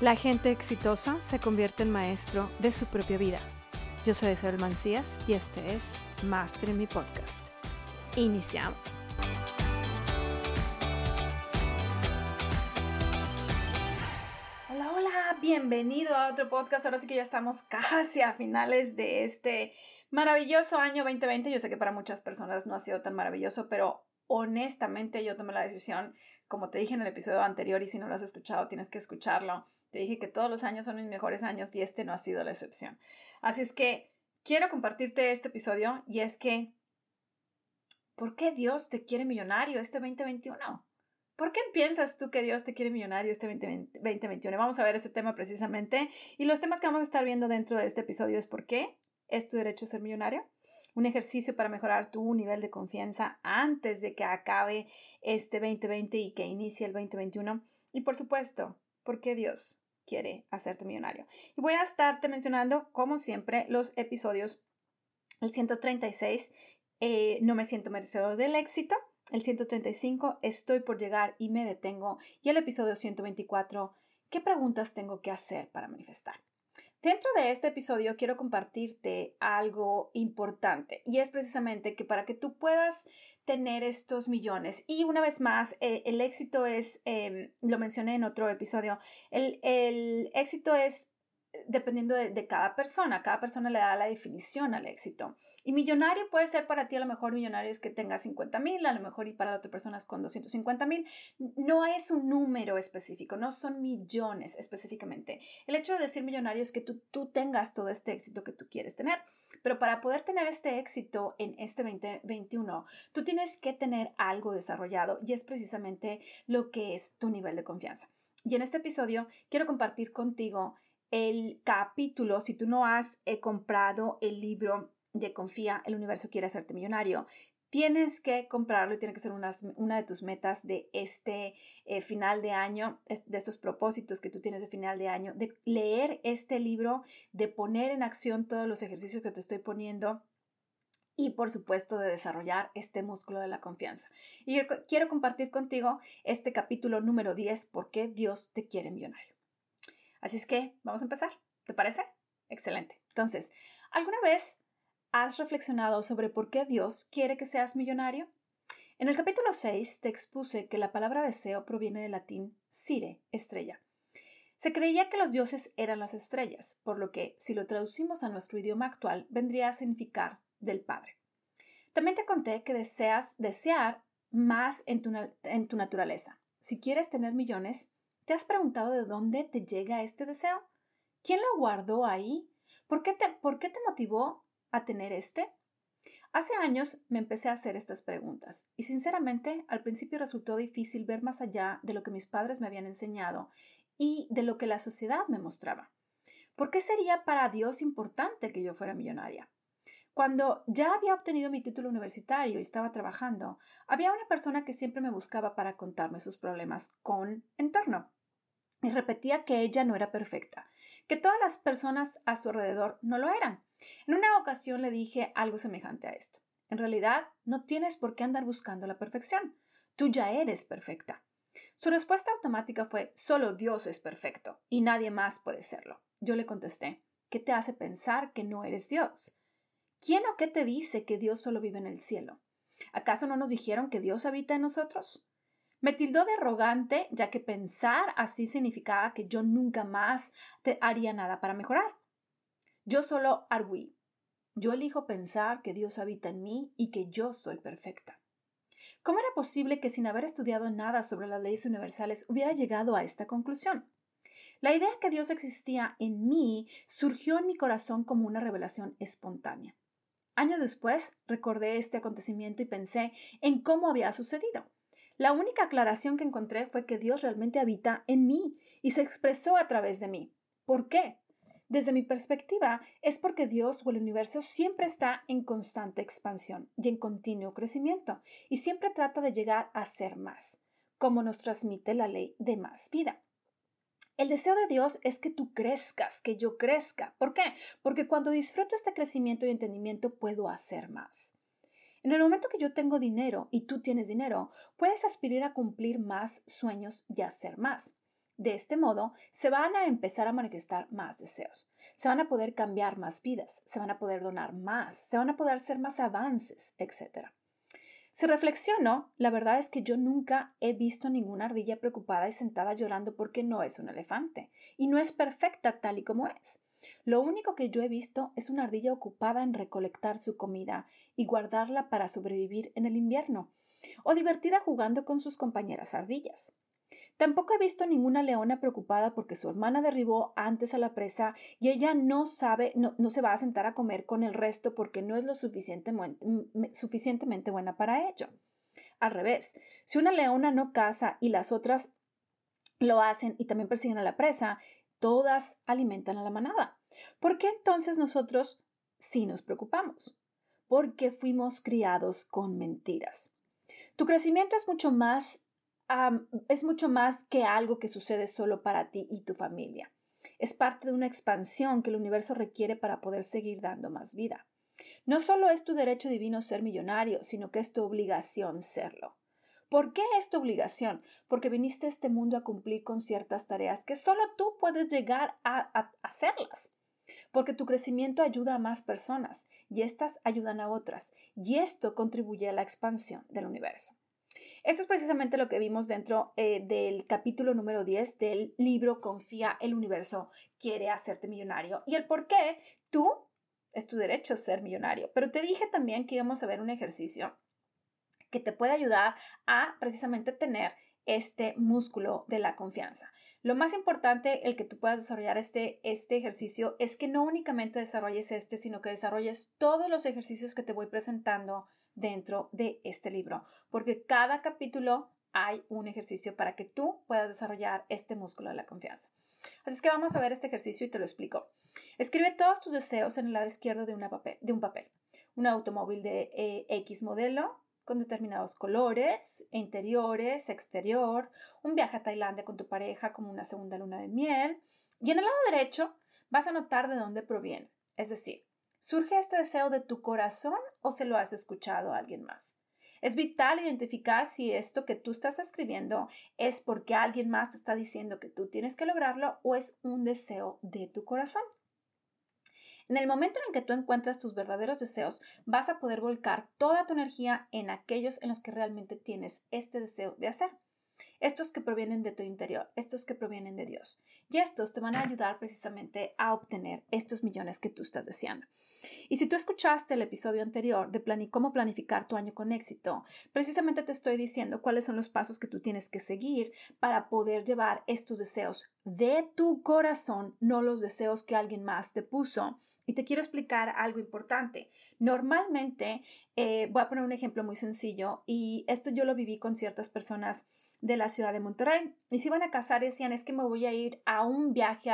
La gente exitosa se convierte en maestro de su propia vida. Yo soy Isabel Mancías y este es Master en mi podcast. Iniciamos. Hola, bienvenido a otro podcast. Ahora sí que ya estamos casi a finales de este maravilloso año 2020. Yo sé que para muchas personas no ha sido tan maravilloso, pero honestamente yo tomé la decisión, como te dije en el episodio anterior, y si no lo has escuchado tienes que escucharlo. Te dije que todos los años son mis mejores años y este no ha sido la excepción. Así es que quiero compartirte este episodio y es que ¿por qué Dios te quiere millonario este 2021? ¿Por qué piensas tú que Dios te quiere millonario este 2021? Vamos a ver este tema precisamente y los temas que vamos a estar viendo dentro de este episodio es ¿por qué es tu derecho a ser millonario? Un ejercicio para mejorar tu nivel de confianza antes de que acabe este 2020 y que inicie el 2021. Y por supuesto, ¿por qué Dios quiere hacerte millonario? Y voy a estarte mencionando, como siempre, los episodios. El 136, no me siento merecedor del éxito. El 135, estoy por llegar y me detengo. Y el episodio 124, ¿qué preguntas tengo que hacer para manifestar? Dentro de este episodio quiero compartirte algo importante y es precisamente que para que tú puedas tener estos millones y una vez más el éxito es, lo mencioné en otro episodio, el éxito es dependiendo de cada persona le da la definición al éxito. Y millonario puede ser para ti, a lo mejor millonario es que tengas 50,000, a lo mejor y para la otra persona es con 250,000. No es un número específico, no son millones específicamente. El hecho de decir millonario es que tú tengas todo este éxito que tú quieres tener. Pero para poder tener este éxito en este 2021, tú tienes que tener algo desarrollado y es precisamente lo que es tu nivel de confianza. Y en este episodio quiero compartir contigo el capítulo, si tú no has comprado el libro de Confía, el universo quiere hacerte millonario, tienes que comprarlo y tiene que ser una de tus metas de este final de año, de estos propósitos que tú tienes de final de año, de leer este libro, de poner en acción todos los ejercicios que te estoy poniendo y por supuesto de desarrollar este músculo de la confianza. Y quiero compartir contigo este capítulo número 10, ¿por qué Dios te quiere millonario? Así es que vamos a empezar. ¿Te parece? Excelente. Entonces, ¿alguna vez has reflexionado sobre por qué Dios quiere que seas millonario? En el capítulo 6 te expuse que la palabra deseo proviene del latín sire, estrella. Se creía que los dioses eran las estrellas, por lo que, si lo traducimos a nuestro idioma actual, vendría a significar del Padre. También te conté que desear más en tu naturaleza. Si quieres tener millones, ¿te has preguntado de dónde te llega este deseo? ¿Quién lo guardó ahí? ¿Por qué te motivó a tener este? Hace años me empecé a hacer estas preguntas y sinceramente al principio resultó difícil ver más allá de lo que mis padres me habían enseñado y de lo que la sociedad me mostraba. ¿Por qué sería para Dios importante que yo fuera millonaria? Cuando ya había obtenido mi título universitario y estaba trabajando, había una persona que siempre me buscaba para contarme sus problemas con entorno. Y repetía que ella no era perfecta, que todas las personas a su alrededor no lo eran. En una ocasión le dije algo semejante a esto. En realidad, no tienes por qué andar buscando la perfección. Tú ya eres perfecta. Su respuesta automática fue, solo Dios es perfecto y nadie más puede serlo. Yo le contesté, ¿qué te hace pensar que no eres Dios? ¿Quién o qué te dice que Dios solo vive en el cielo? ¿Acaso no nos dijeron que Dios habita en nosotros? Me tildó de arrogante, ya que pensar así significaba que yo nunca más haría nada para mejorar. Yo solo arguí. Yo elijo pensar que Dios habita en mí y que yo soy perfecta. ¿Cómo era posible que sin haber estudiado nada sobre las leyes universales hubiera llegado a esta conclusión? La idea que Dios existía en mí surgió en mi corazón como una revelación espontánea. Años después, recordé este acontecimiento y pensé en cómo había sucedido. La única aclaración que encontré fue que Dios realmente habita en mí y se expresó a través de mí. ¿Por qué? Desde mi perspectiva, es porque Dios o el universo siempre está en constante expansión y en continuo crecimiento y siempre trata de llegar a ser más, como nos transmite la ley de más vida. El deseo de Dios es que tú crezcas, que yo crezca. ¿Por qué? Porque cuando disfruto este crecimiento y entendimiento puedo hacer más. En el momento que yo tengo dinero y tú tienes dinero, puedes aspirar a cumplir más sueños y hacer más. De este modo, se van a empezar a manifestar más deseos, se van a poder cambiar más vidas, se van a poder donar más, se van a poder hacer más avances, etc. Si reflexiono, la verdad es que yo nunca he visto ninguna ardilla preocupada y sentada llorando porque no es un elefante y no es perfecta tal y como es. Lo único que yo he visto es una ardilla ocupada en recolectar su comida y guardarla para sobrevivir en el invierno, o divertida jugando con sus compañeras ardillas. Tampoco he visto ninguna leona preocupada porque su hermana derribó antes a la presa y ella no se va a sentar a comer con el resto porque no es lo suficientemente buena para ello. Al revés, si una leona no caza y las otras lo hacen y también persiguen a la presa, todas alimentan a la manada. ¿Por qué entonces nosotros sí nos preocupamos? Porque fuimos criados con mentiras. Tu crecimiento es mucho más que algo que sucede solo para ti y tu familia. Es parte de una expansión que el universo requiere para poder seguir dando más vida. No solo es tu derecho divino ser millonario, sino que es tu obligación serlo. ¿Por qué es tu obligación? Porque viniste a este mundo a cumplir con ciertas tareas que solo tú puedes llegar a hacerlas. Porque tu crecimiento ayuda a más personas y estas ayudan a otras, y esto contribuye a la expansión del universo. Esto es precisamente lo que vimos dentro del capítulo número 10 del libro Confía, el universo quiere hacerte millonario. Y el por qué es tu derecho ser millonario. Pero te dije también que íbamos a ver un ejercicio que te puede ayudar a precisamente tener este músculo de la confianza. Lo más importante, el que tú puedas desarrollar este ejercicio, es que no únicamente desarrolles sino que desarrolles todos los ejercicios que te voy presentando dentro de este libro, porque cada capítulo hay un ejercicio para que tú puedas desarrollar este músculo de la confianza. Así es que vamos a ver este ejercicio y te lo explico. Escribe todos tus deseos en el lado izquierdo de un papel. Un automóvil de X modelo con determinados colores, interiores, exterior, un viaje a Tailandia con tu pareja como una segunda luna de miel. Y en el lado derecho vas a notar de dónde proviene. Es decir, ¿surge este deseo de tu corazón o se lo has escuchado a alguien más? Es vital identificar si esto que tú estás escribiendo es porque alguien más te está diciendo que tú tienes que lograrlo o es un deseo de tu corazón. En el momento en el que tú encuentras tus verdaderos deseos, vas a poder volcar toda tu energía en aquellos en los que realmente tienes este deseo de hacer. Estos que provienen de tu interior, estos que provienen de Dios. Y estos te van a ayudar precisamente a obtener estos millones que tú estás deseando. Y si tú escuchaste el episodio anterior de cómo planificar tu año con éxito, precisamente te estoy diciendo cuáles son los pasos que tú tienes que seguir para poder llevar estos deseos de tu corazón, no los deseos que alguien más te puso. Y te quiero explicar algo importante. Normalmente, voy a poner un ejemplo muy sencillo y esto yo lo viví con ciertas personas de la ciudad de Monterrey y se iban a casar y decían, es que me voy a ir a un viaje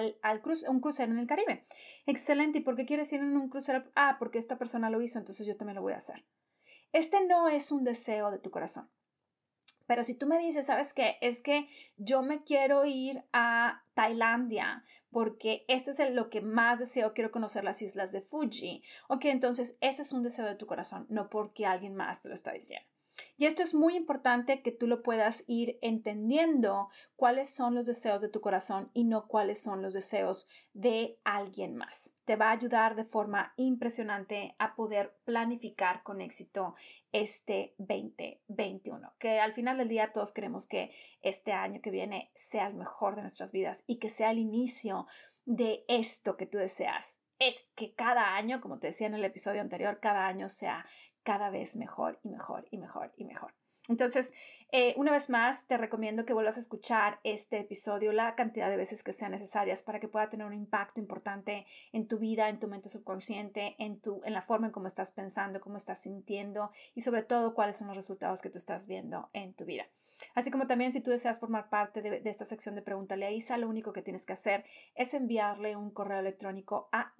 un crucero en el Caribe. Excelente, ¿y por qué quieres ir en un crucero? Ah, porque esta persona lo hizo, entonces yo también lo voy a hacer. Este no es un deseo de tu corazón. Pero si tú me dices, ¿sabes qué? Es que yo me quiero ir a Tailandia porque este es lo que más deseo, quiero conocer las islas de Fuji. Ok, entonces ese es un deseo de tu corazón, no porque alguien más te lo está diciendo. Y esto es muy importante que tú lo puedas ir entendiendo cuáles son los deseos de tu corazón y no cuáles son los deseos de alguien más. Te va a ayudar de forma impresionante a poder planificar con éxito este 2021, que al final del día todos queremos que este año que viene sea el mejor de nuestras vidas y que sea el inicio de esto que tú deseas. Es que cada año, como te decía en el episodio anterior, cada año sea cada vez mejor y mejor y mejor y mejor. Entonces, una vez más, te recomiendo que vuelvas a escuchar este episodio la cantidad de veces que sean necesarias para que pueda tener un impacto importante en tu vida, en tu mente subconsciente, en la forma en cómo estás pensando, cómo estás sintiendo y sobre todo cuáles son los resultados que tú estás viendo en tu vida. Así como también si tú deseas formar parte de esta sección de Pregúntale a Isa, lo único que tienes que hacer es enviarle un correo electrónico a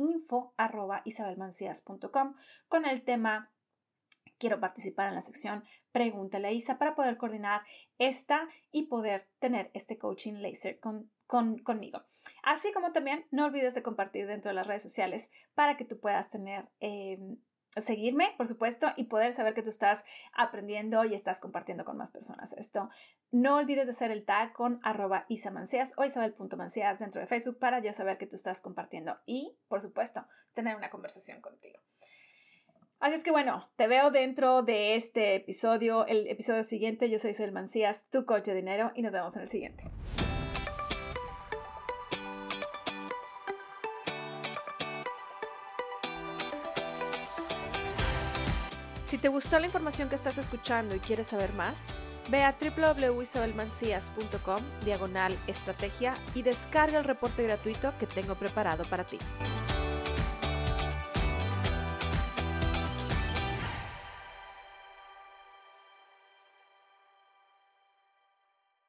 info@isabelmancias.com con el tema quiero participar en la sección Pregúntale a Isa para poder coordinar esta y poder tener este coaching laser conmigo. Así como también no olvides de compartir dentro de las redes sociales para que tú puedas tener seguirme, por supuesto, y poder saber que tú estás aprendiendo y estás compartiendo con más personas esto. No olvides de hacer el tag con @isamanceas o isabel.manceas dentro de Facebook para yo saber que tú estás compartiendo y, por supuesto, tener una conversación contigo. Así es que bueno, te veo dentro de este episodio, el episodio siguiente. Yo soy Isabel Mancías, tu coach de dinero, y nos vemos en el siguiente. Si te gustó la información que estás escuchando y quieres saber más, ve a www.isabelmancias.com/estrategia y descarga el reporte gratuito que tengo preparado para ti.